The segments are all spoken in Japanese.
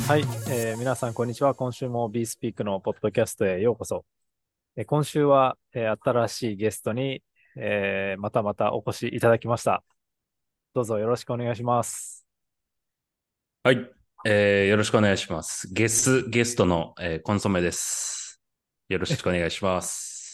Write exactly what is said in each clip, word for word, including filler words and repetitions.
はい、えー皆さん、こんにちは。今週も BeSpeak のポッドキャストへようこそ。えー今週は、えー新しいゲストに、えーまたまたお越しいただきました。どうぞよろしくお願いします。 はい、えーよろしくお願いします。ゲス、ゲストの、えーコンソメです。よろしくお願いします。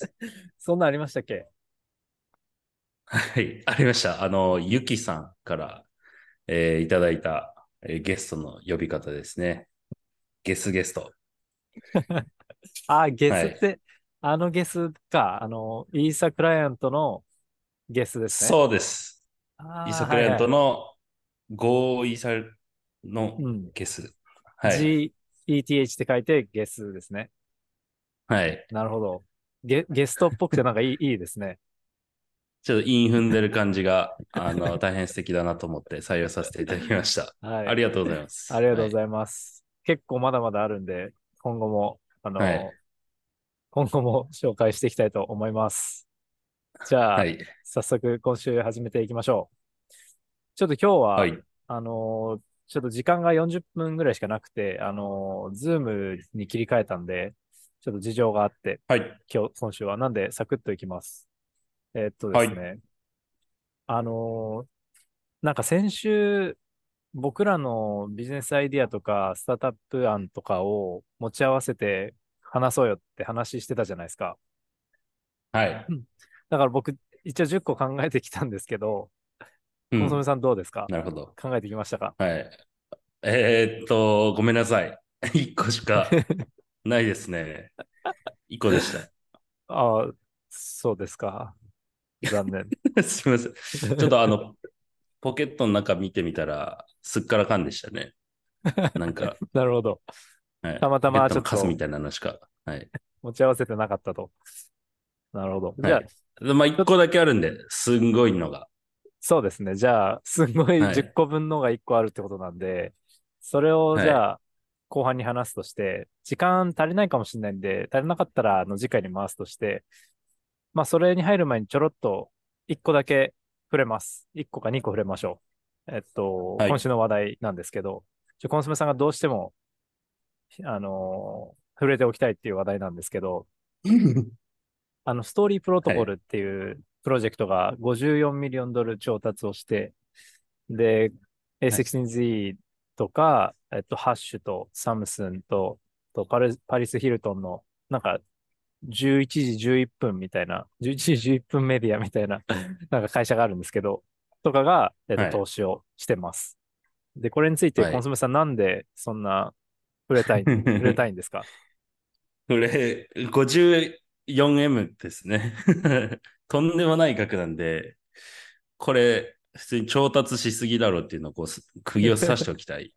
そんなんありましたっけ？ はい、ありました。あの、ゆきさんから、えーいただいた、えーゲストの呼び方ですね。ゲスゲスト。 あ、ゲはい。 スって、あのゲスか。あの、イーサクライアントのゲスですね。 そうです。イああ、 ソクライアンはいはい。 トのゴーイサルのうん。 ゲス。はい。 ジーイーティーエイチ って書いてゲスですね。 はい。 なるほど。ゲ、ゲストっぽくてなんかいい、いいですね。 ちょっと韻踏んでる感じが、あの、大変素敵だなと思って採用させていただきました。 はい。 ありがとうございます。はい。 ありがとうございます。結構まだまだあるんで、今後も、あはい。 の、今後も紹介していきたいと思います。じゃあ、 はい。 早速今週始めていきましょう。ちょっと今日は、 はい。 あの、ちょっと時間がよんじゅっぷんぐらいしかなくて、あの、ズームに切り替えたんで、ちょっと事情があって、 はい。 今日、今週は。なんで、サクッといきます。えーっとではい。 すね。あの、なんか先週、僕らのビジネスアイディアとか、スタートアップ案とかを持ち合わせて話そうよって話してたじゃないですか。 はい。 うんだから僕、一応じゅっこ考えてきたんですけど、 うん。 コンソメさんどうですか？ なるほど。 考えてきましたか？ はい。えーっと、ごめんなさい。一個しかないですね。一個でした。 ああ、そうですか。残念。 すみません。ちょっとあの、ポケットの中見てみたら、すっからかんでしたね。なんか、 なるほど。 はい。 たまたポケッまちょっとトのカスみたいなのしか。はい。 持ち合わせてなかったと。なるほど。じゃあ、 はい。でまあ、 ちょ一個だけあるんで、すんごいのが。 そうですね。じゃあ、すごい10 はい。 個分のがいっこあるってことなんで、それをじはい。 ゃあ、後半に話すとして、時間足りないかもしれないんで、足りなかったら、あの、次回に回すとして、まあ、それに入る前にちょろっと、いっこだけ触れます。いっこかにこ触れましょう。えっと、 はい。 今週の話題なんですけど、ちょ、コンソメさんがどうしても、あのー触れておきたいっていう話題なんですけど、あの、ストーリープロトはい。 コルっていうプロジェクトがごじゅうよんミリオンドル調達をして、で、 はい。 エーシックスティーンズイー とか、えっと、ハッシュとサムスンと、とパリ、パリス・ヒルトンの、なんか、じゅういちじじゅういっぷんみたいな、じゅういちじじゅういっぷんメディアみたいな、なんか会社があるんですけど、とかが、えっと、 はい。 投資をしてます。で、これについて、 はい。 コンソメさんなんでそんな触れたい、触れたいんですか？ これ、ごじゅうよんエム ですね。とんでもない額なんで、これ、普通に調達しすぎだろうっていうのをこう、す釘を刺しておきたい。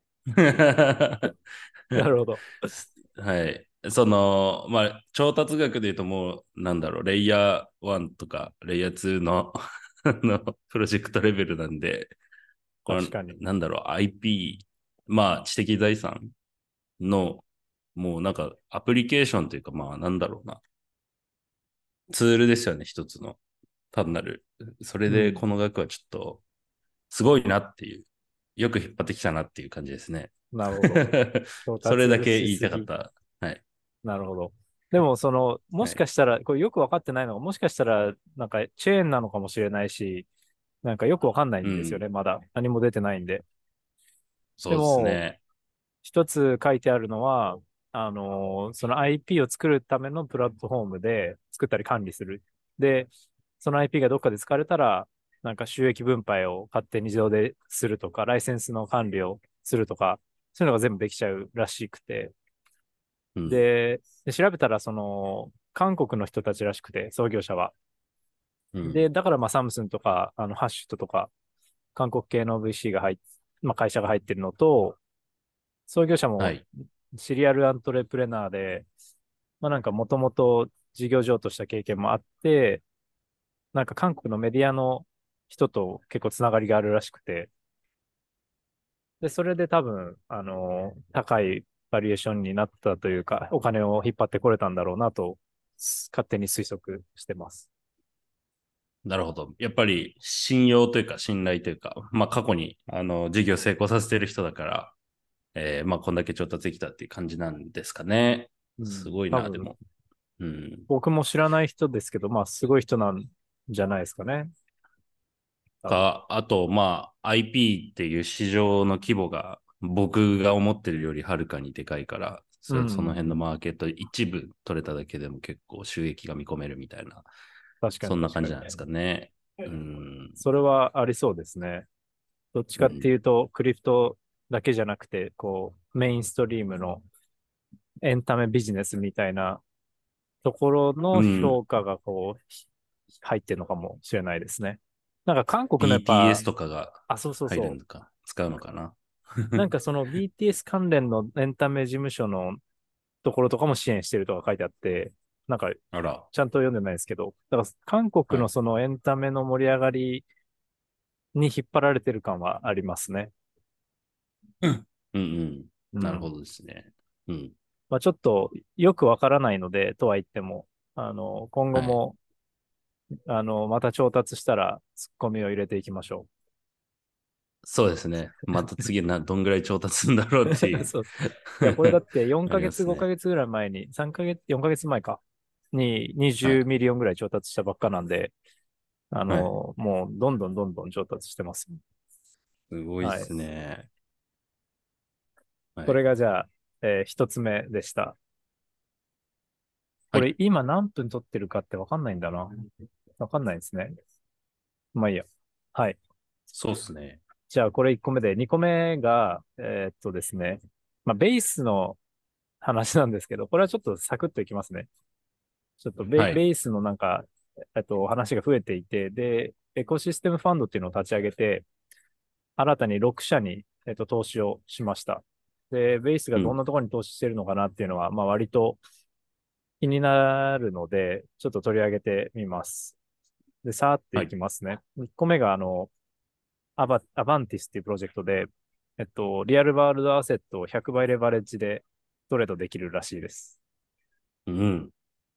なるほど。 はい。その、まあ、調達額で言うともう、なんだろう、レイヤーワンとか、レイヤーツーのあの、プロジェクトレベルなんで、これ、 確かに。 なんだろう、アイピー、まあ、知的財産の、もうなんか、アプリケーションというか、まあ、なんだろうな、ツールですよね、一つの。単なる。それうん。 でこの額はちょっと、すごいなっていう、よく引っ張ってきたなっていう感じですね。 なるほど。調それだ達け言いしすぎ。 たかった。はい。 なるほど。でも、その、もはい。 しかしたら、これよくわかってないのが、もしかしたら、なんか、チェーンなのかもしれないし、なんかよくわかんないうん。 んですよね、まだ。何も出てないんで。でそうですも、 ね。 一つ書いてあるのは、あのーその アイピー を作るためのプラットフォームで作ったり管理する。で、その アイピー がどっかで使われたら、なんか収益分配を勝手に自動でするとか、ライセンスの管理をするとか、そういうのが全部できちゃうらしくて。 うん。 で、で調べたら、その、韓国の人たちらしくて、創業者は。 うん。 で、だからまあサムスンとか、あの、ハッシュととか、韓国系の ブイシー が入っ、まあ会社が入ってるのと、創業者もはい。 シリアルアントレプレナーで、まあなんかもともと事業上とした経験もあって、なんか韓国のメディアの人と結構つながりがあるらしくて、で、それで多分、あの、高いバリエーションになったというか、お金を引っ張ってこれたんだろうなと、勝手に推測してます。 なるほど。やっぱり信用というか信頼というか、まあ過去にあの事業成功させてる人だから、 えー、まあこんだけ調達できたっていう感じなんですかね。 うん。 すごいな、で多分、 も。うん。 僕も知らない人ですけど、まあ、すごい人なんじゃないですかね。多分。 か、あと、まあ アイピー っていう市場の規模が僕が思ってるよりはるかにでかいから、そ、そのうん。 辺のマーケット一部取れただけでも結構収益が見込めるみたいな、 確かにそんな確かに。 感じなんですかね。うん。 それはありそうですね。どっちかってうん。 いうと、クリプトだけじゃなくて、こう、メインストリームのエンタメビジネスみたいなところのうん。 評価がこう、入ってるのかもしれないですね。なんか韓国のやっぱ、 ビーティーエス とかがあ、そうそうそう。 入るのか、使うのかな。 なんかその ビーティーエス 関連のエンタメ事務所のところとかも支援してるとか書いてあって、なんかあら。 ちゃんと読んでないですけど、だから韓国はい。 のそのエンタメの盛り上がりに引っ張られてる感はありますね。 うん。うんうん。 うん。 なるほどですね。うん。 まあちょっとよくわからないので、とは言っても、あの、今後はい。 も、あの、また調達したらツッコミを入れていきましょそうですね。また次な、どんぐらい調達するんだろうってう。 いうそう。いや、これだって4 ありヶ月、5 ますね。 ヶ月ぐらい前に、さんかげつ、よんかげつまえか、に20 はい。 ミリオンぐらい調達したばっかなんで、あはい。 の、もうどんどんどんどん調達してます。 すごいっはい。 すね。はこれい。 がじゃあ、えー一つ目でした。こはい。 れ今何分撮ってるかってわかんないんだな。わかんないですね。まあいいや。はい。 そうっすね。 じゃあこれいっこめで、にこめが、えーっとですね、まあベースの話なんですけど、これはちょっとサクッといきますね。ちょっとベ、 はい。 ベースのなんか、えっと、話が増えていて、で、エコシステムファンドっていうのを立ち上げて、新たにろく社に、えっと、投資をしました。で、ベースがうん。 どんなところに投資してるのかなっていうのは、まあ割と気になるので、ちょっと取り上げてみます。で、さーっていきはい。 ますね。いっこめが、あの、アバ、アバンティスっていうプロジェクトで、えっと、リアルワールドアセットをひゃくばいレバレッジでトレードできるらしいです。 うん。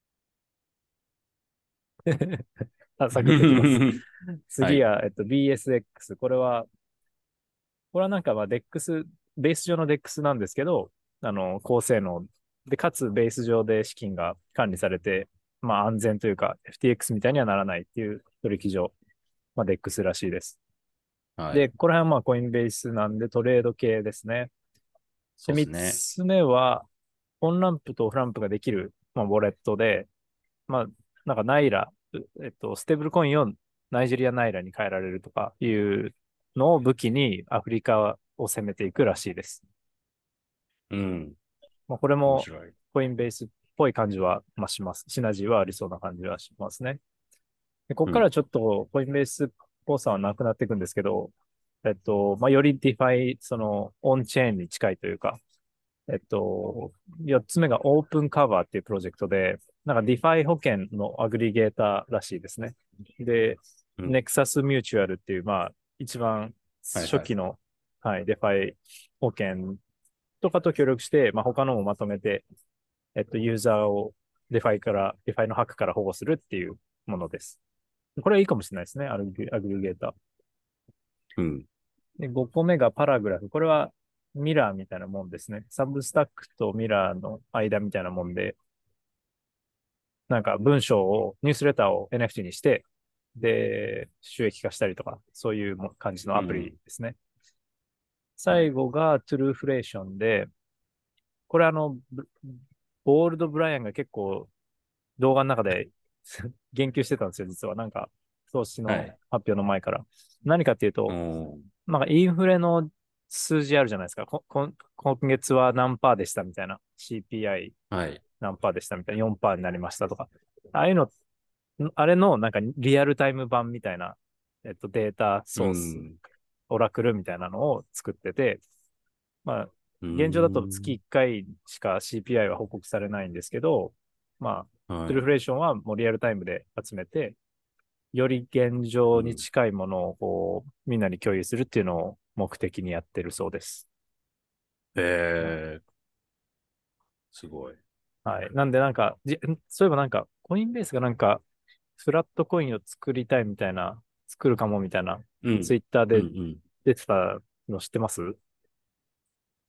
あ、サクッといきます。 はい。 次が、えっと、ビーエスエックス。これは、これはなんかまあ、デックス、ベース上のデックスなんですけど、あの、高性能で、かつベース上で資金が管理されて、まあ安全というか、エフティーエックス みたいにはならないっていう取引所、まあデックスらしいです。で、 はい。 これはまあコインベースなんでトレード系ですね。で、 そうっ三すね。 つ目は、オンランプとオフランプができる、まあ、ウォレットで、まあ、なんかナイラ、えっと、ステーブルコインをナイジェリアナイラに変えられるとかいうのを武器にアフリカを攻めていくらしいです。 うん。 まあ、これも面白い。 コインベースっぽい感じは、まあ、します。シナジーはありそうな感じはしますね。で、ここうん。 からちょっとコインベースっぽさはなくなっていくんですけど、えっと、まあ、よりディファイ、その、オンチェーンに近いというか、えっと、よっつめがオープンカバーっていうプロジェクトで、なんかディファイ保険のアグリゲーターらしいですね。で、 うん。 ネクサスミューチュアルっていう、まあ、一番はいはい。 初期の、はい、ディファイ保険とかと協力して、まあ、他のもまとめて、えっと、ユーザーをデファイから、デファイのハックから保護するっていうものです。これはいいかもしれないですね、アグリアグリゲーター。 うん。 で、ごこめがパラグラフ。これはミラーみたいなもんですね。サブスタックとミラーの間みたいなもんで、なんか文章を、ニュースレターを エヌエフティー にして、で、収益化したりとか、そういう感じのアプリうん。 ですね。 はい。 最後がトゥルーフレーションで、これあの、ボールド・ブライアンが結構動画の中で言及してたんですよ、実は。なんか、投資のはい。 発表の前から。何かっていうおと、 ー。 なんかインフレの数字あるじゃないですか。ここ今月は何パーでしたみたいな。シーピーアイはい。 何パーでしたみたいな。よんパーになりましたとか。ああいうの、あれのなんかリアルタイム版みたいな、えっと、データうソース、 ん。 オラクルみたいなのを作ってて、まあ、 う現状だと月ん。 いっかいしか シーピーアイ は報告されないんですけど、まあ、トゥルーフはい。 レーションはもうリアルタイムで集めて、より現状にうん。 近いものをこうみんなに共有するっていうのを目的にやってるそうです。 えー、すごい。 はい。なんでなんか、じそういえばなんか、コインベースがなんか、フラットコインを作りたいみたいな、作るかもみたいな、 うん。 ツイッターでうんうん。 出てたの知ってます？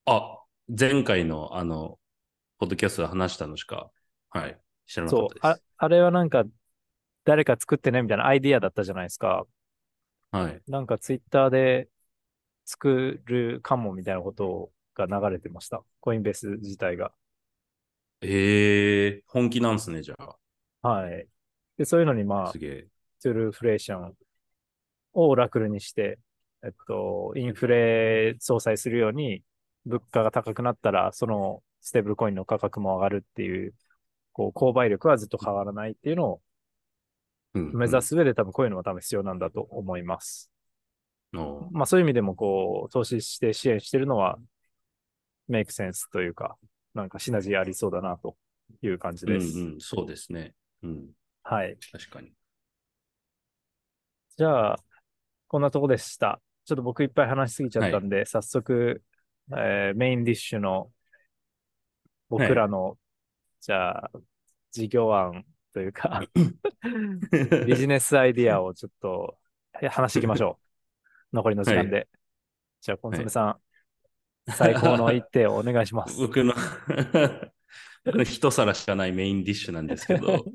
あ、前回のあの、ポッドキャストで話したのしか、はい、知らなかっそう、あ、 たです。 あれはなんか誰か作ってねみたいなアイディアだったじゃないですか。 はい。 なんかツイッターで作るかもみたいなことが流れてました。コインベース自体が。 ええー、本気なんすね、じゃあ。 はい。で、そういうのにまあ、 すげえ。 トゥルーフレーションをオラクルにして、えっと、インフレ相殺するように、物価が高くなったら、そのステーブルコインの価格も上がるっていう、こう、購買力はずっと変わらないっていうのをうんうん。 目指す上で多分こういうのは多分必要なんだと思います。 おまあそういう意味でもこう、投資して支援してるのはメイクセンスというか、なんかシナジーありそうだなという感じうんです。 うん、そうですね。うん、 はい。 確かに。 じゃあ、こんなとこでした。ちょっと僕いっぱい話しすぎちゃっはい。 たんで、早速、えーメインディッシュのはい。 僕らの、じゃあ、事業案というかビジネスアイディアをちょっとえ話していきましょう。残りの時はい。 間で。じゃあ、コンはい。 ソメさん、最高の一手をお願いします。 僕の僕の一皿しかないメインディッシュなんですけど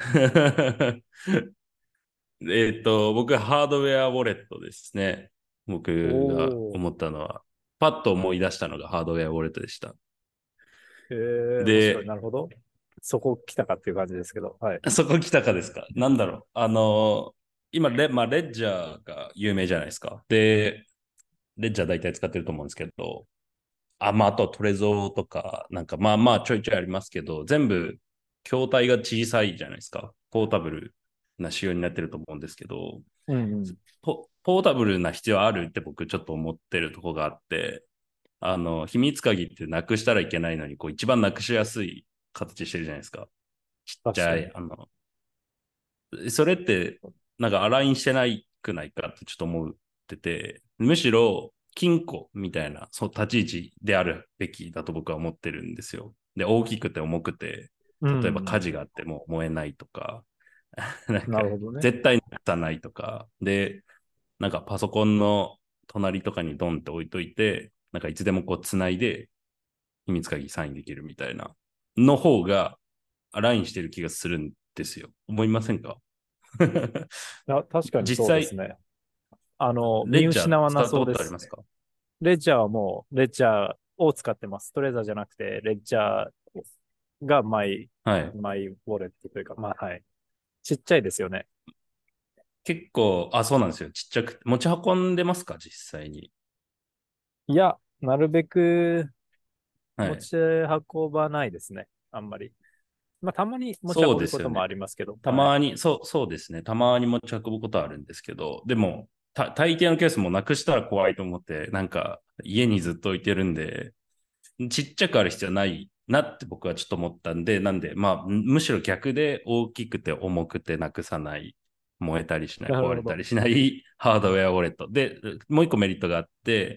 えっと、僕はハードウェアウォレットですね。僕がおー。 思ったのは、パッと思い出したのがハードウェアウォレットでした。 えー、面白い。 で、 なるほど。そこ来たかっていう感じですけど。はい。 そこ来たかですか？なんだろう。あの、今レ、まあ、レッジャーが有名じゃないですか。で、レッジャー大体使ってると思うんですけど、あ、まあ、あとトレゾーとか、なんかまあまあちょいちょいありますけど、全部筐体が小さいじゃないですか。ポータブルな仕様になってると思うんですけど、 うんうん。 ポ、ポータブルな必要あるって僕ちょっと思ってるとこがあって、あの、秘密鍵ってなくしたらいけないのに、こう一番なくしやすい形してるじゃないですか。ちっちゃい、 確かに。 あの、それって、なんかアラインしてないくないかってちょっと思ってて、むしろ金庫みたいな、そう立ち位置であるべきだと僕は思ってるんですよ。で、大きくて重くて、 う例えば火ん。 事があっても燃えないとか、なんかなるほどね。 絶対なくさないとか、で、なんかパソコンの隣とかにドンって置いといて、なんかいつでもこう繋いで秘密鍵サインできるみたいなの方がアラインしてる気がするんですよ。思いませんか？ あ、確かに実際、 そうですね。あの、見レッジャー失わな使ったこそうです。 とありますか？ レッジャーはもう、レッジャーを使ってます。トレーザーじゃなくて、レッジャーがマイ、 はい。 マイウォレットというか、まあはい。ちっちゃいですよね。 結構、あ、そうなんですよ。ちっちゃくて。持ち運んでますか実際に？ いや、なるべくはい。 持ち運ばないですね。あんまり。まあ、たまに持ちそう運ぶこともあですよね。 りますけど、はい。 たまに、そう、そうですね。たまに持ち運ぶことはあるんですけど、でも、た大抵のケースもなくしたら怖いと思って、なんか、家にずっと置いてるんで、ちっちゃくある必要ないなって僕はちょっと思ったんで、なんで、まあ、むしろ逆で大きくて重くてなくさない、燃えたりしない、 なるほど。 壊れたりしないハードウェアウォレット。で、もう一個メリットがあって、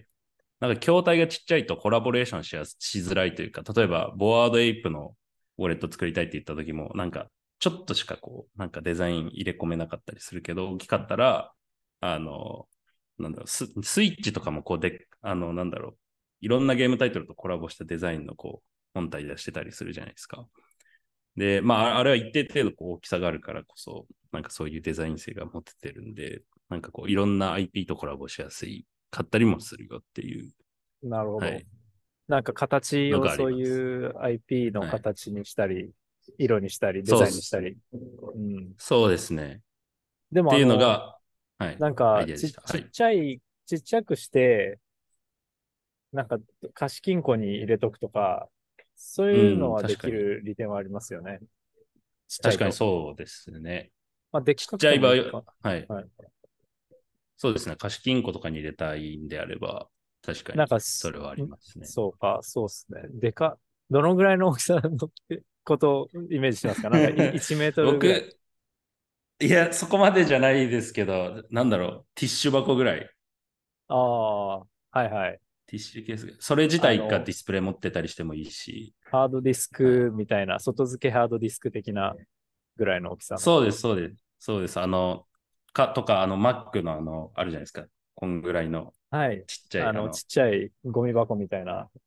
なんか筐体がちっちゃいとコラボレーションしやすしづらいというか、例えば、ボワードエイプのウォレット作りたいって言った時も、なんか、ちょっとしかこう、なんかデザイン入れ込めなかったりするけど、大きかったら、あの、なんだろう、ス、スイッチとかもこうで、あの、なんだろう、いろんなゲームタイトルとコラボしたデザインのこう、本体出してたりするじゃないですか。で、まあ、あれは一定程度こう大きさがあるからこそ、なんかそういうデザイン性が持っててるんで、なんかこう、いろんな アイピー とコラボしやすい、買ったりもするよっていう、 なるほど。 はい、 なんか形のがありをそうます。 いう アイピー のはい。 形にしたり、色にしたり、デザインにしそうっす。 たり。うん。 そうですね。っていうのでもあの、 が、はい、 なんかち、 アイデアでした。はちっい。 ちゃい、ちっちゃくして、なんか貸金庫に入れとくとか、そういうのうん、 はでき確かに。 る利点はありますよね。ちっちゃ確かにいと。 そうですね。 まあ、でっちっかくてちゃい場合、 もいいか。 はい。 はい。 そうですね。貸金庫とかに入れたいんであれば、確かになんかす、 それはありんますね。 そうか、そうっすね。でか、どのぐらいの大きさのことをイメージしてますか？なんかいいちメートルぐらい。 僕、いや、そこまでじゃないですけど、なんだろう、ティッシュ箱ぐらい。 ああ、はいはい。 ティッシュケース。それ自体があの、 ディスプレイ持ってたりしてもいいし、 ハードディスはい。 クみたいな、外付けハードディスク的なぐらいの大きさの。 そうです、そうです。そうです。あの、か、とか、あの、Mac のあの、あるじゃないですか。こんぐらいのはい。 ちっちゃい、ああの、ちの、 っちゃいゴミ箱みたいな。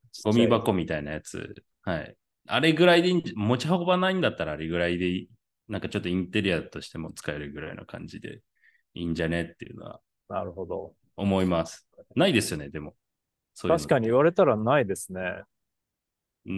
ゴミちっちゃい。 箱みたいなやつ。はい。あれぐらいでいいんじ持ち運ばないんだったらあれぐらいでいい。なんかちょっとインテリアとしても使えるぐらいの感じでいいんじゃねっていうのはなるほど。 思います。ないですよね、でも。そういう確かに言のって。 われたらないですね。 うん。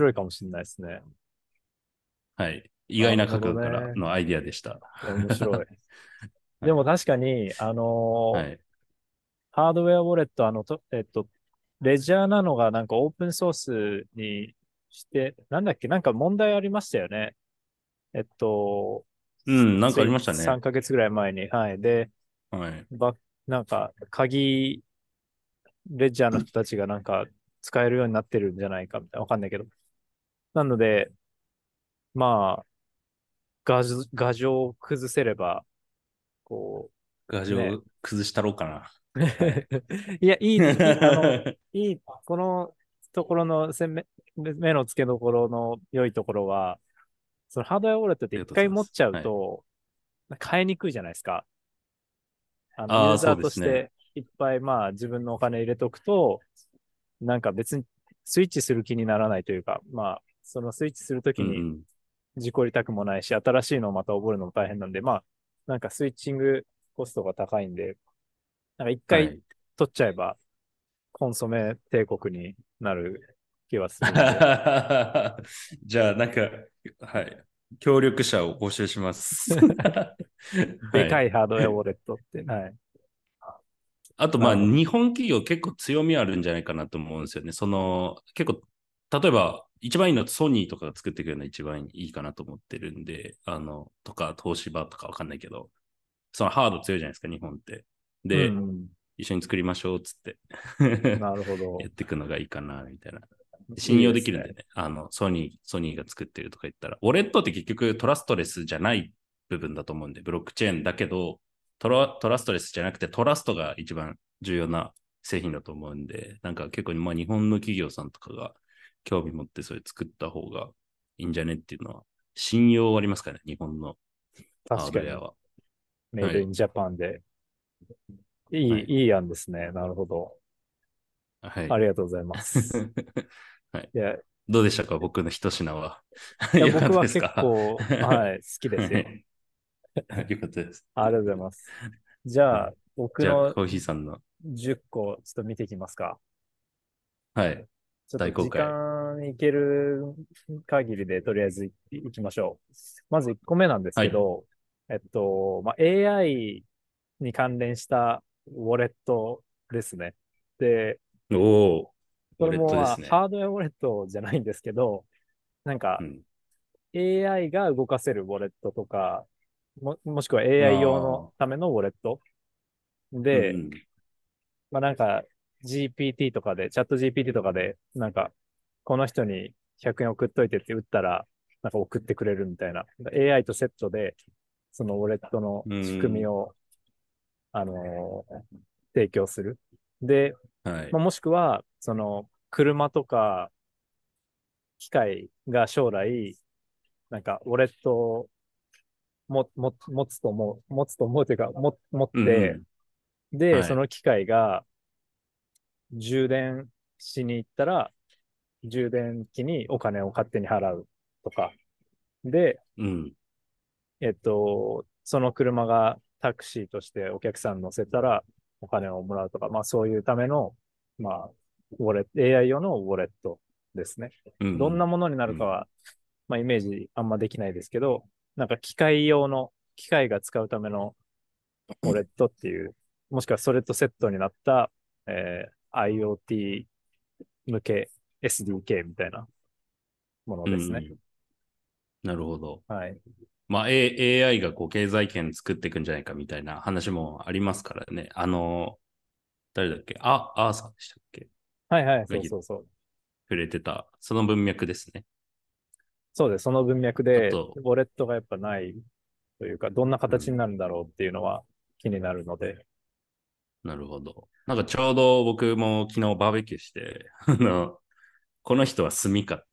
面白いかもしれないですね。 はい。意外ななるほど角度からね。 のアイディアでした。 いや、面白い。 はい。 でも確かに、あのーはい。 ハードウェアウォレット、あの、と、えっと、レジャーなのがなんかオープンソースにして、なんだっけ、なんか問題ありましたよね。えっと、 うん、なんかありついましたね。 さんかげつぐらい前に。はい。で、 はい。 ば、なんか、鍵、レジャーの人たちがなんか使えるようになってるんじゃないかみたいな。わかんないけど。なので、まあ、画像、画像を崩せれば、こう、ね。 画像崩したろうかな。はい。 いや、いい、いい、あの、いい、このところのせ目、目の付けどころの良いところは、そのハードウェアウォレットって一ありがとうございます。 回持っちゃうはい。 と、買いにくいじゃないですか。あの、ユああ、 ーザーそうですね。 としていっぱいまあ自分のお金入れとくと、なんか別にスイッチする気にならないというか、まあ、そのスイッチするときにうんうん。 事故りたくもないし、新しいのをまた覚えるのも大変なんで、まあ、なんかスイッチングコストが高いんで、なんか一回はい。 取っちゃえば、コンソメ帝国になる気はするんで。 じゃあ、なんか、はい。協力者を募集します。 ではい。 かいハードウェアウォレットって。はい。 あと、まあ、 なるほど。 日本企業結構強みあるんじゃないかなと思うんですよね。その、結構、例えば、一番いいのはソニーとかが作ってくれるのが一番いいかなと思ってるんで、あの、とか、東芝とかわかんないけど、そのハード強いじゃないですか、日本って。で、 うんうん。 一緒に作りましょう、つってなるほど。 やっていくのがいいかな、みたいな。信用いいですね。 できるんでね、あの、ソニー、ソニーが作ってるとか言ったら、ウォレットって結局トラストレスじゃない部分だと思うんで、ブロックチェーンだけど、トラトラストレスじゃなくてトラストが一番重要な製品だと思うんで、なんか結構、まあ、日本の企業さんとかが興味持ってそれ作った方がいいんじゃねっていうのは、信用ありますかね、日本のハ確かに、 ードウェアは。 メイはい。 ドインジャパンで。いい、 はい。 いい案ですね。なるほど。 はい。 ありがとうございます。 はい。 いや、いどうでしたか僕の一品は。 やよかった僕は結ですか？ 構、はい、好きですよ。 はい。よかったです。 ありがとうございます。じゃあ、 はい。じゃあ、 僕のコーヒーさんの、 じゅっこ、ちょっと見ていきますか。 はい。 ちょっと時大公開。 間いける限りでとりあえずいいきましょう。まずいっこめなんですはい。 けど、えっと、まあ、エーアイ に関連したウォレットですね。で、 おお、ウこれォレッもまあトですね。 ハードウェアウォレットじゃないんですけど、なんかうん。 エーアイ が動かせるウォレットとか、も、もしくはあエーアイ 用のあ、 ためのウォレットで、 うん。 まあなんか ジーピーティー とかで、チャット ジーピーティー とかで、なんかこの人にひゃくえん送っといてって打ったら、なんか送ってくれるみたいな。エーアイ とセットで、そのウォレットのう仕組みん。 を、あのー提供する。で、 はい。 まあ、もしくは、その、車とか機械が将来、なんか、ウォレットをも、も、持つと思う、持つと思うというか、も、持っうんうて、 ん。 で、 はい。 その機械が充電しに行ったら、充電器にお金を勝手に払うとか。で、 うん。 えっと、その車がタクシーとしてお客さん乗せたらお金をもらうとか、まあそういうための、まあ、ウォレット、エーアイ 用のウォレットですね。 うんうどんなん。 ものになうん。 るかは、まあイメージあんまできないですけど、なんか機械用の、機械が使うためのウォレットっていう、もしくはそれとセットになった、えー IoT 向け エスディーケー みたいなものうんうですね。 ん。なるほど。 はい。 まあ、A- エーアイ がこう経済圏作っていくんじゃないかみたいな話もありますからね。あの、誰だっけあ、アーさんでしたっけはいはい、 が触そうそうそう。 れてた、その文脈ですね。 そうです。その文脈で、 あと、 ウォレットがやっぱないというか、どんなうん、 形になるんだろうっていうのは気になるので。 なるほど。なんかちょうど僕も昨日バーベキューして、あの、この人は炭買って、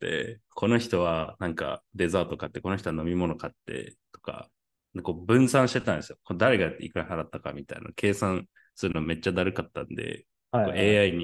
この人はなんかデザート買って、この人は飲み物買ってとか、でこう分散してたんですよ。これ誰がいくら払ったかみたいな計算するのめっちゃだるかったんで、こうはいはい。 エーアイ に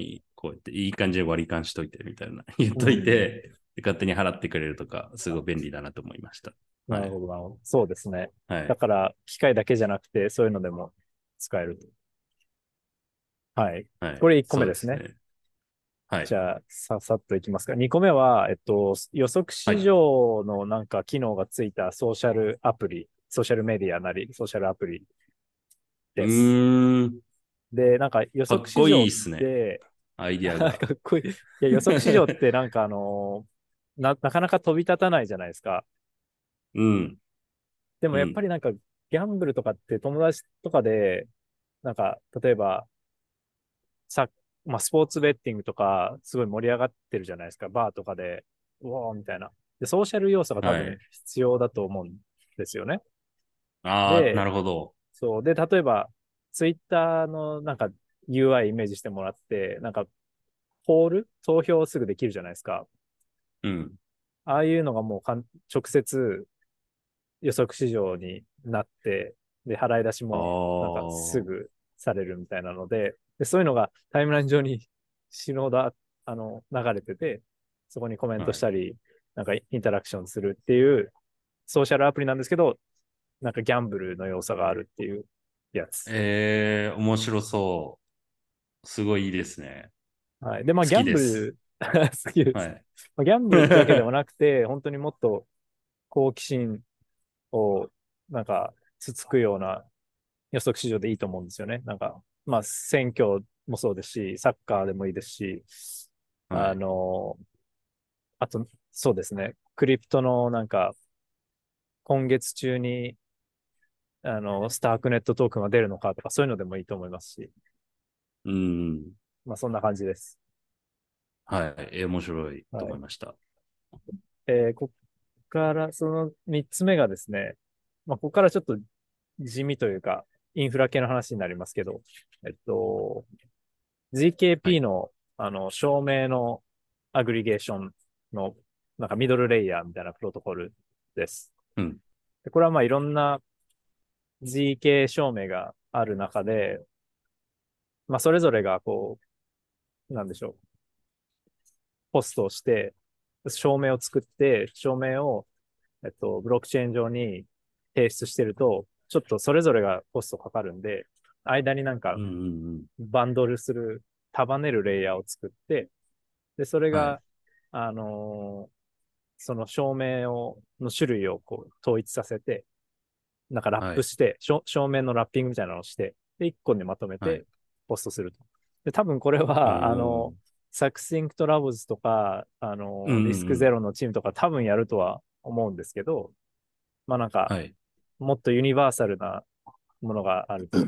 こうやっていい感じで割り勘しといてみたいな言っというん。 て、勝手に払ってくれるとか、すごい便利だなと思いました。はい。 なるほど、なるほど。そうですね。 はい。 だから、機械だけじゃなくて、そういうのでも使えると。はい。 はい。 これいっこめそうですね。 ですね。はい。 じゃあ、ささっといきますか。にこめは、えっと、予測市はい。 場のなんか機能がついたソーシャルアプリ、ソーシャルメディアなり、ソーシャルアプリうです。 ーん。 で、なんか予かっこ測市場っいいっすね。 て、 アイディアが。 かっこいい。いや、予測市場ってなんかあのな、なかなか飛び立たないじゃないですか。 うん。 でもやっぱうん。 りなんか、ギャンブルとかって友達とかで、なんか、例えば、さ、まあ、スポーツベッティングとか、すごい盛り上がってるじゃないですか。バーとかで、うおーみたいな。で、ソーシャル要素が多分はい。 必要だと思うんですよね。 ああ、なで、 るほど。 そう。で、例えば、ツイッターのなんか ユーアイ イイメージしてもらって、なんか、ポール投票すぐできるじゃないですか。 うん。 ああいうのがもうかん直接予測市場になって、で、払い出しあもなんかすあ。 ぐされるみたいなので、で、そういうのがタイムライン上に死のだ、あの、流れてて、そこにコメントはい。 したり、なんかインタラクションするっていうソーシャルアプリなんですけど、なんかギャンブルの要素があるっていうやつ。 ええー、面白そう。すごいいいですね。 はい。で、まあ、 好ギャきです。 ンブル好きです。 はい。 まあ、ギャンブルってわけではなくて、本当にもっと好奇心を、なんか、つつくような予測市場でいいと思うんですよね。なんか、まあ、選挙もそうですし、サッカーでもいいですし、あはい。 の、あと、そうですね、クリプトのなんか、今月中に、あの、スタークネットトークンが出るのかとか、そういうのでもいいと思いますし、 うん。 まあ、そんな感じです。 はい。えー面白いとはい。 思いました。 えーこっから、その三つ目がですね、まあ、ここからちょっと地味というか、インフラ系の話になりますけど、えっと、 はジーケーピーい。 の、あの、証明のアグリゲーションの、なんかミドルレイヤーみたいなプロトコルです。 うん。 でこれはまあいろんな ジーケー 証明がある中で、まあそれぞれがこう、なんでしょう、ポストをして、証明を作って、証明を、えっと、ブロックチェーン上に提出してると、ちょっとそれぞれがコストかかるんで、間になんかうんうんうん。 バンドルする、束ねるレイヤーを作って、で、それはい。 が、あのーその証明を、の種類をこう統一させて、なんかラッはい。 プして、証明のラッピングみたいなのをして、で、一個にまとめてはい。 ポストすると。で、多分これおは、あの、 ー。 サクシンクトラブズとか、あうんの、リスうんうん。 クゼロのチームとか多分やるとは思うんですけど、まあなんか、 はい。 もっとユニバーサルなものがあると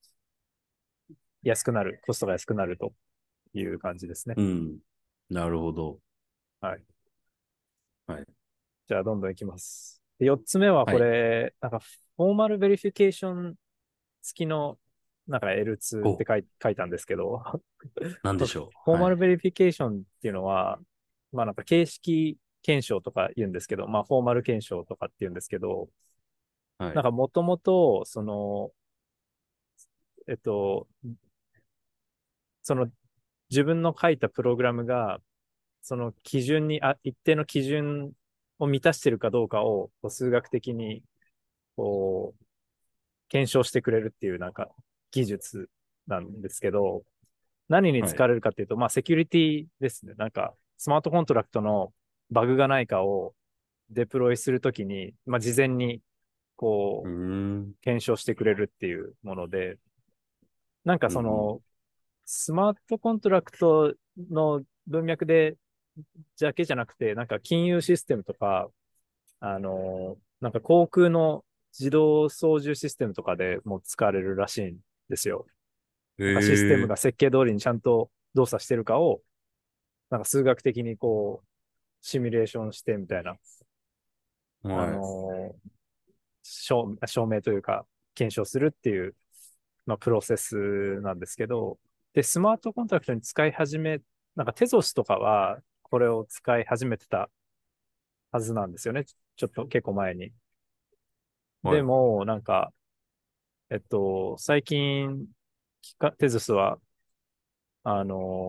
安くなる、コストが安くなるという感じですね。 うん。なるほど。 はい。 はい。 じゃあ、どんどんいきます。で、よっつめはこはい。 れ、なんか、フォーマルベリフィケーション付きの、なんか エルツー ってお、 書い書いたんですけど、 なんフでしょう。 ォーマルはい。 ベリフィケーションっていうのは、まあなんか形式検証とか言うんですけど、まあフォーマル検証とかって言うんですけど、 はい。 なんかもともと、その、えっと、その自分の書いたプログラムが、その基準に、あ、一定の基準を満たしているかどうかを、こう数学的に、こう、検証してくれるっていうなんか技術なんですけど、何にはい。 使われるかっていうと、まあセキュリティですね。なんか、スマートコントラクトのバグがないかをデプロイするときに、まあ事前にうーこう、 ん。 検証してくれるっていうもので、なんかうんうん。 その、スマートコントラクトの文脈でだけじゃなくて、なんか金融システムとか、あの、なんか航空の自動操縦システムとかでも使われるらしいんですよ。 へなんかシステムえ。 が設計通りにちゃんと動作してるかを、なんか数学的にこう、シミュレーションしてみたいな、あはい。 のー証、証明というか、検証するっていう、まあ、プロセスなんですけど、で、スマートコントラクトに使い始め、なんかテゾスとかは、これを使い始めてたはずなんですよね。ちょっと結構前に。 はい。 でも、なんか、えっと、最近、テゾスは、あのー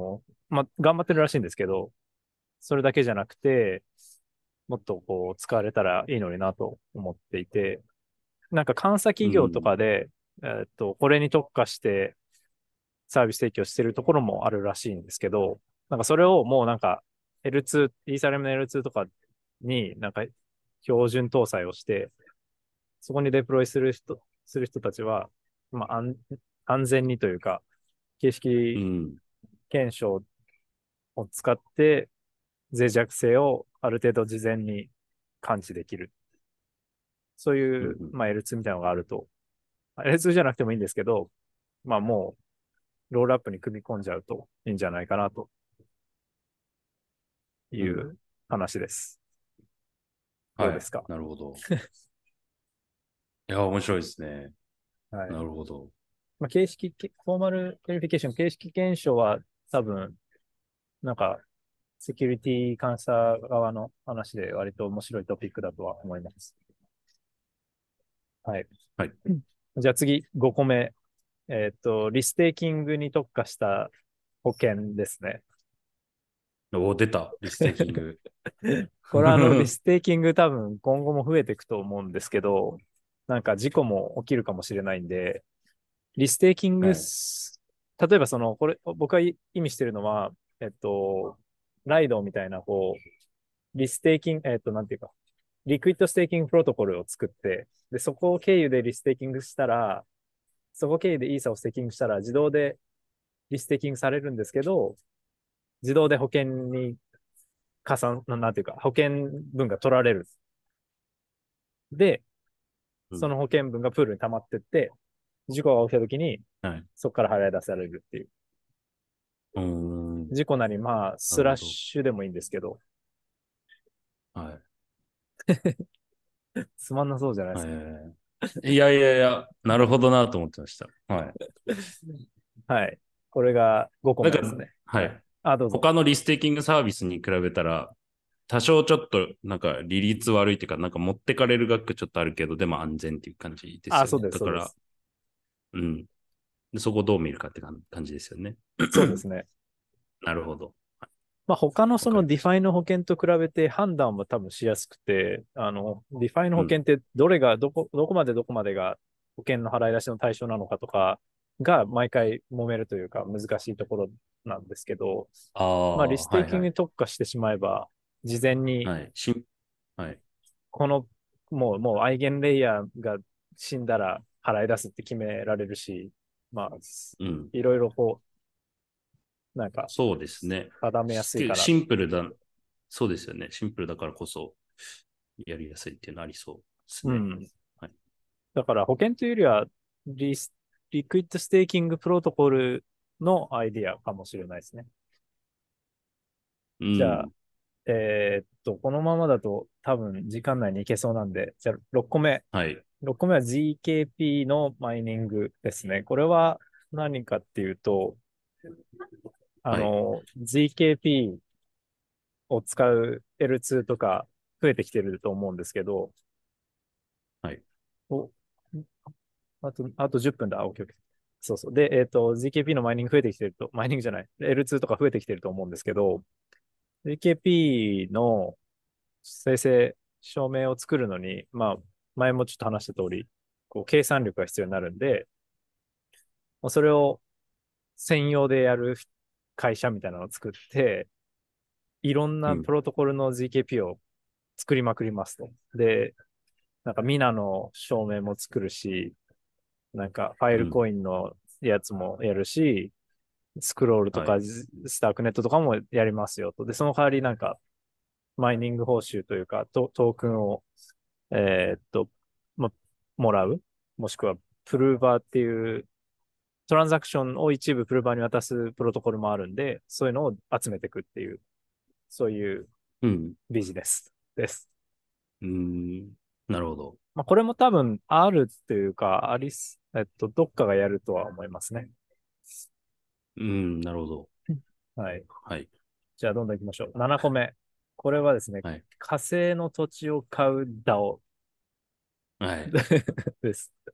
まあ、頑張ってるらしいんですけど、それだけじゃなくて、もっとこう、使われたらいいのになと思っていて、なんか監査企業とうん。 かで、えーっと、これに特化してサービス提供してるところもあるらしいんですけど、なんかそれをもうなんか エルツー、イーサリアムの エルツー とかになんか標準搭載をして、そこにデプロイする人、する人たちは、まあ安、安全にというか、形式うん。 検証を使って脆弱性をある程度事前に感知できる。そういう、 うん。 まあ、エルツー みたいなのがあると、エルツー じゃなくてもいいんですけど、まあもうロールアップに組み込んじゃうといいんじゃないかなとうん。 いう話です。どうはい。 ですか？ なるほど。いや、面白いですね。 はい。 なるほど。 まあ、形式、フォーマルベリフィケーション、形式検証は多分、なんか、セキュリティ監査側の話で割と面白いトピックだとは思います。はい。 はい。 じゃあ次、ごこめ。えっと、リステーキングに特化した保険ですね。 お、出た。リステーキング。 これはあの、リステーキング多分今後も増えていくと思うんですけど、なんか事故も起きるかもしれないんで、リステーキングはい。 す、例えばその、これ、僕が意味してるのは、えっと、ライドみたいな、こう、リステーキング、えっと、なんていうか、リクイッドステーキングプロトコルを作って、で、そこを経由でリステーキングしたら、そこ経由でイーサをステーキングしたら、自動でリステーキングされるんですけど、自動で保険に加算、なんていうか、保険分が取られる。で、 うん。 その保険分がプールに溜まってって、事故が起きた時に、 はい。 そこから払い出されるっていう。 うーん。 事故なり、まあ、スラッなるほど。 シュでもいいんですけど、 はい。 つまんなそうじゃないですか。 えー、いやいやいや、なるほどなと思ってました。はい。 はい。これが5個なんか、 目ですね。はい。 はい。 あ、どうぞ。 他のリステーキングサービスに比べたら、多少ちょっと、なんか、利率悪いっていうか、なんか持ってかれる額ちょっとあるけど、でも安全っていう感じですあ、 よね。 そうです、 だから、 そうです。 うん。でそこをどう見るかって感じですよね。 そうですね。 なるほど。 まあ、他のわそのかりました。 ディファイ の保険と比べて判断は多分しやすくて、あの、ディファイ の保うん。 険ってどれが、どこ、どこまでどこまでが保険の払い出しの対象なのかとかが毎回揉めるというか難しいところなんですけど、 あまあ、リあ、 ステーキングにはいはい。 特化してしまえば、事前にはい。しん、はい。 この、もう、もうアイゲンレイヤーが死んだら払い出すって決められるし、まあ、 うん。 いろいろこう、なんか、 そうですね。 定めやすいから。 シンプルだ。そうですよね。シンプルだからこそ、やりやすいっていうのありそうですね。 うん。 はい。 だから保険というよりは、リス、リクイッドステーキングプロトコルのアイディアかもしれないですね。じゃあ、 うん。 えーっと、このままだと多分時間内に行けそうなんで、じゃあろっこめ。 はい。 ろっこめは ジーケーピー のマイニングですね。これは何かっていうと、あはい。 の、ジーケーピー を使う エルツー とか増えてきてると思うんですけど、 はい。 お、あと、あとじゅっぷんだ。オッケーオッケー。そうそう。で、えっと、ジーケーピー のマイニング増えてきてると、マイニングじゃない、エルツー とか増えてきてると思うんですけど、ジーケーピー の生成証明を作るのに、まあ、前もちょっと話した通り、こう、計算力が必要になるんで、もうそれを専用でやる会社みたいなのを作って、いろんうん。 なプロトコルの ジーケーピー を作りまくりますと。で、なんかミナの証明も作るし、なんかファイうん。 ルコインのやつもやるし、スクロールとはい。 かスタークネットとかもやりますよと。で、その代わりなんかマイニング報酬というかト、トークンを、えーっと、ま、もらう。もしくはプルーバーっていうトランザクションを一部プルーバーに渡すプロトコルもあるんで、そういうのを集めていくっていう、そういううん。 ビジネスです。 うん。なるほど。 まあ、これも多分あるっていうか、ありす、えっと、どっかがやるとは思いますね。 うん。なるほど。 はい。 はい。 じゃあ、どんどん行きましょう。ななこめ。これはですね、 はい。 火星の土地を買う ダオはい。 です。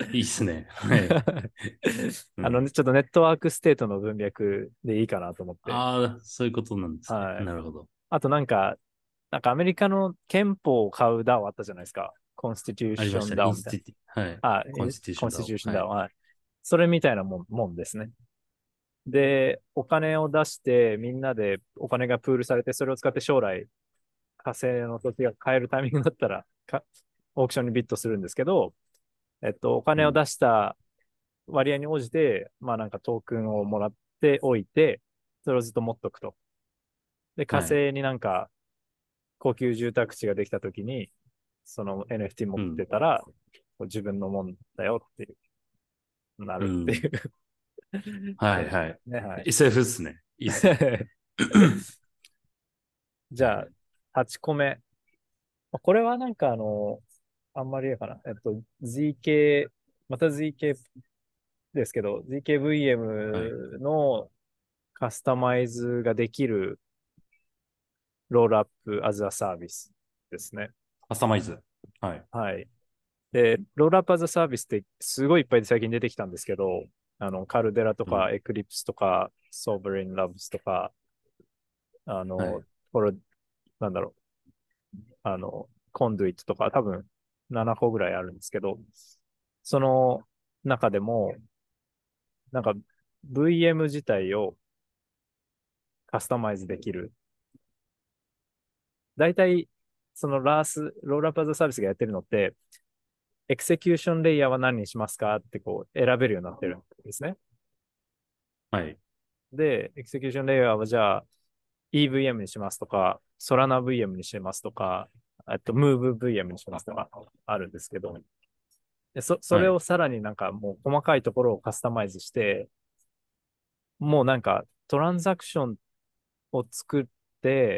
いいっすね。はい。うあの、 ん。 ねちょっとネットワークステートの文脈でいいかなと思って。 ああ、そういうことなんですね。 はい。 なるほど。 あとなんか、なんかアメリカの憲法を買う ダオ あったじゃないですか。コンスティテューションありましたね。イダオ みたいンスティティ、はい。 な。あ、 コンスティテューションだを。 コンスティテューションはい。 ダオ。はい。それみたいなもん、もんですね。で、お金を出して、みんなでお金がプールされて、それを使って将来、火星の土地が買えるタイミングだったら、かオークションにビットするんですけど、えっと、お金をうん。 出した割合に応じて、まあなんかトークンをもらっておいて、それをずっと持っとくと。で、火はい。 星になんか高級住宅地ができたときに、その エヌエフティー 持っうん。 てたら、自分のもんだよっていう、なるっていうん。 うそうですはいはい。 ね。はい。 エスエフ っすね。いいっすね。 じゃあ、 はい。 はちこめ。これはなんかあの、あんまりやかな。えっと、ゼーケー、また ゼーケー ですけど、 はい。 ゼーケーブイエム のカスタマイズができるロールアップアズアサービスですね。 カスタマイズ。はい。 はい。で、ロールアップアズアサービスってすごいいっぱい最近出てきたんですけど、あの、カルデラとかうん。 エクリプスとかソーブリンラブスとか、あの、 はい。 これ、なんだろう、あの、コンドゥイットとか多分ななこぐらいあるんですけど、その中でも、なんか ブイエム 自体をカスタマイズできる。大体、そのラース、ロールアップアズアサービスがやってるのって、エクセキューションレイヤーは何にしますかってこう選べるようになってるんですね。 はい。 で、エクセキューションレイヤーはじゃあ イーブイエム にしますとか、ソラナ ブイエム にしますとか、あと ムーブ ブイエム にしますとかあるんですけど、でそ、そはい。 れをさらになんかもう細かいところをカスタマイズして、もうなんかトランザクションを作って、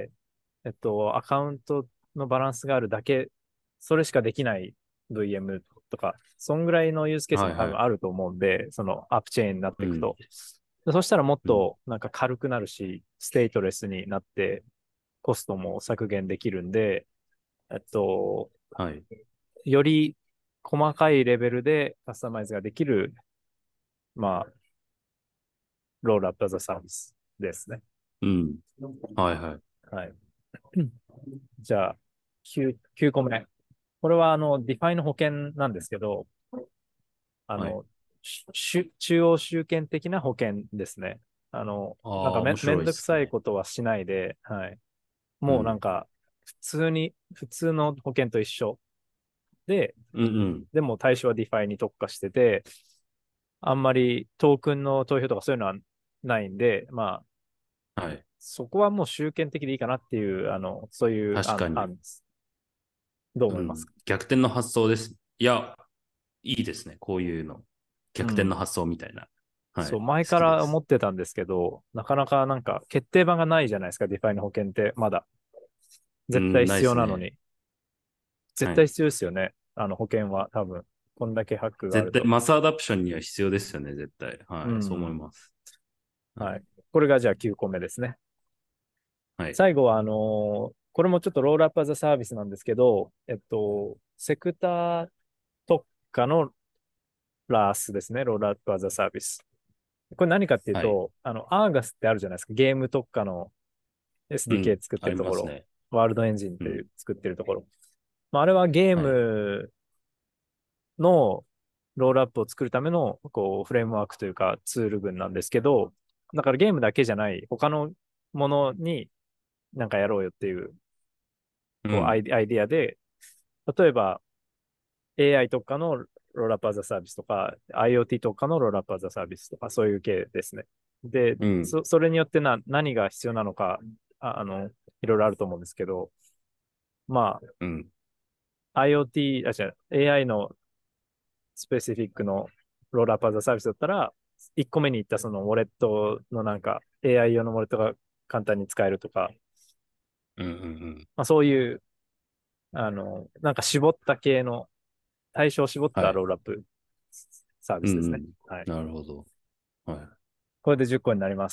えっと、アカウントのバランスがあるだけ、それしかできない ブイエム とか、そんぐらいのユースケースも多はいはい。 分あると思うんで、そのアップチェーンになっうん。 ていくと。でそしたらもっうん。 となんか軽くなるし、ステートレスになってコストも削減できるんで、えっと、 はい。 より細かいレベルでカスタマイズができる、まあ、ロールアップアザサービスですね。 うん。はいはい。 はい。じゃあ、きゅう、きゅうこめ。これはあの、ディファイの保険なんですけど、あはい。 の、し中央集権的な保険ですね。あの、 ああ、 なんかめ、 面白いっめんどくさいすね。 ことはしないで、はい。 うん。 もうなんか、普通に、普通の保険と一緒で、 うんうん。 でも対象はディファイに特化してて、あんまりトークンの投票とかそういうのはないんで、まあ、 はい。 そこはもう集権的でいいかなっていう、あの、そういう案、 確かに。 案です。どううん。 思いますか？ 逆転の発想です。いや、いいですね。こういうの。 うん。 逆転の発想みたいな。はそう、 い。 前から思好きです。 ってたんですけど、なかなかなんか決定版がないじゃないですか、ディファイの保険って、まだ。絶対うん、ないですね。 必要なのに。絶はい。 対必要ですよね。あの保険は多分。こんだけハックがあ絶対、 ると。 マスアダプションには必要ですよね、絶対。 うはい。そう思いん。 ます。はい。 はい。これがじゃあきゅうこめですね。 はい。 最後は、あのーこれもちょっとロールアップアザサービスなんですけど、えっと、セクター特化のラースですね。ロールアップアザサービス。これ何かっていうはい。 と、あの、アーガスってあるじゃないですか。ゲーム特化のうん。 エスディーケー 作ってあるところ。 りますね。 ワールドエンジンっていううん。 作ってるところ。まあ、あれはゲーはい。 ムのロールアップを作るためのこうフレームワークというかツール群なんですけど、だからゲームだけじゃない他のものになんかやろうよっていうこうアうん。 イデアイディアで、例えば エーアイ 特化のロールアップアザサービスとか、IoT 特化のロールアップアザサービスとか、そういう系ですね。で、 うん。 そ、それによってな、何が必要なのか、あ、あの、いろいろあると思うんですけど、まうん。 あ、IoT、あ、違う、エーアイ のスペシフィックのロールアップアザサービスだったら、いっこめに言ったそのウォレットのなんか エーアイ 用のウォレットが簡単に使えるとか、 うん。うん。うん。 まあ、そういう、あの、なんか絞った系の、対象を絞ったはい。 ロールアップサービうん。 スですね。 うん。 はい。 なるほど。はい。 これでじゅっこになります。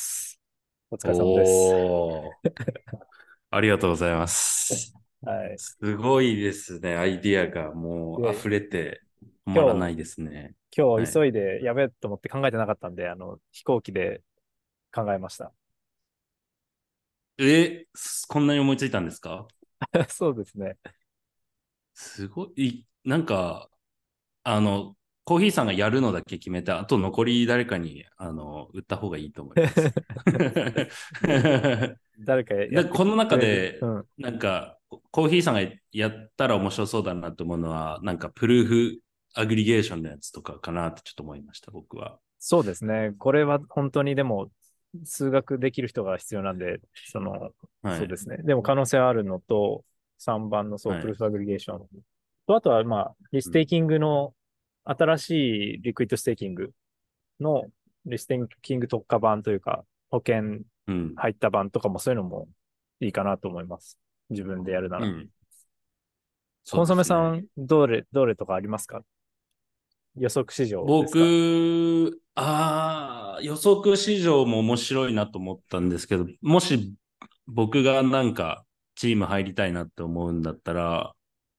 お疲れ様です。 おー。ありがとうございます。 はい。 すごいですね。アイディアがもう溢で、 れて止まらないですね。 今日はい。 急いでやべえと思って考えてなかったんで、あの、飛行機で考えました。 え、こんなに思いついたんですか？ そうですね。 すごい、なんか、あの、コーヒーさんがやるのだけ決めて、あと残り誰かに、あの、売った方がいいと思います。 誰かやってでこのくれる。う中で、 ん。 なんか、コーヒーさんがやったら面白そうだなと思うのは、なんか、プルーフアグリゲーションのやつとかかなってちょっと思いました、僕は。 そうですね。これは本当にでも、数学できる人が必要なんで、その、 はい。 そうですね。でも可能性あるのと、さんばんのそう、 はい。 プルーフアグリゲーションと、あとはまあ、リスうん。 テーキングの、新しいリクイッドステーキングのリステーキング特化版というか、保険うん。 入った版とかもそういうのもいいかなと思います。自分でやるなら。 うん。そコンソメさうですね。 ん、どれ、どれとかありますか？予測市場ですか？ 僕、ああ、予測市場も面白いなと思ったんですけど、もし僕がなんかチーム入りたいなって思うんだったら、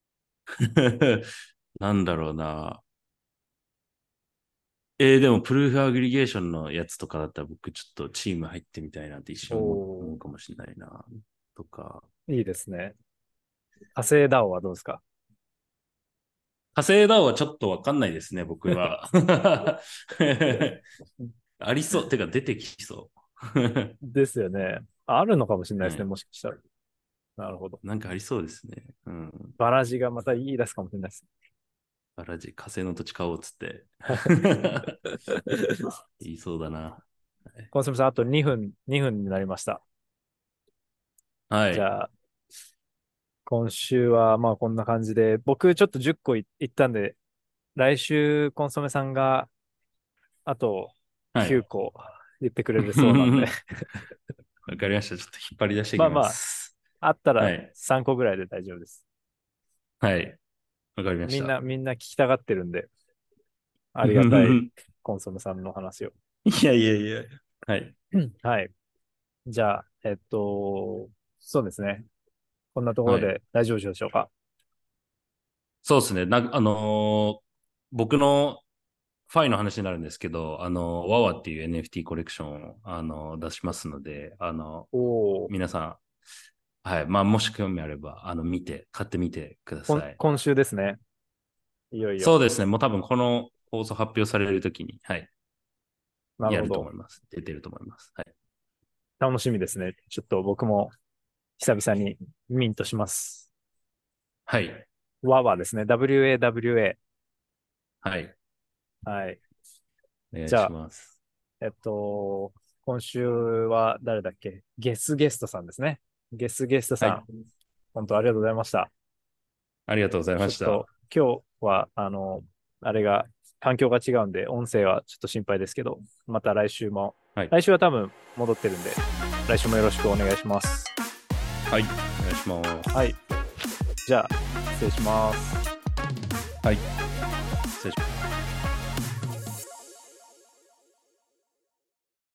なんだろうな。えー、でもプルーフアグリゲーションのやつとかだったら僕ちょっとチーム入ってみたいなって一瞬思う思おうかもしれないな。とか。 ー、いいですね。火星ダオはどうですか？ 火星ダウはちょっとわかんないですね、僕は。ありそう。てか出てきそう。 ですよね。あるのかもしれないですね、 はい。 もしかしたら。なるほど。 なんかありそうですね。うん。 バラジがまた言い出すかもしれないです。 バラジ、火星の土地買おうっつって。言いそうだな。 コンソメさん、あとにふん、にふんになりました。 はい。 じゃあ、今週はまあこんな感じで、僕ちょっとじゅっこいいったんで、来週コンソメさんがあと9 はい。 個言ってくれるそうなんで、 わかりました。ちょっと引っ張り出していきままあまあ、 す。 あったらはい。 さんこぐらいで大丈夫です。 はい。わかりましみんな、 た。 みんな聞きたがってるんで、ありがたいコンソメさんの話を。 いやいやいや。はい。 はい。じゃあ、えっと、そうですね。こんなところはい。 で大丈夫でしょうか。 そうですね。な、あのー僕のファイの話になるんですけど、あの、ワワっていう エヌエフティー コレクションを、あの、出しますので、あの、 おお、 皆さん、はい。まあ、もし興味あれば、あの、見て、買ってみてくだこんさい。 今週ですね。いよいよ。 そうですね。もう多分この放送発表されるときに、はい。やなるほど。 ると思います。出てると思います。はい。 楽しみですね。ちょっと僕も久々にミントします。 はい。 ワワですね。ダブリューエーダブリューエはい。 ー。はい。 お願いじゃあ、 します。 えっと、今週は誰だっけ？ゲスゲストさんですね。ゲスゲストさん、 はい。 本当ありがとうございました。 ありがとうございまちょっとした。 今日は、あの、あれが、環境が違うんで、音声はちょっと心配ですけど、また来週も、 はい。 来週は多分戻ってるんで、来週もよろしくお願いします。 はい。お願いしまはい。 す。 じゃあ、失礼します。 はい。失礼します。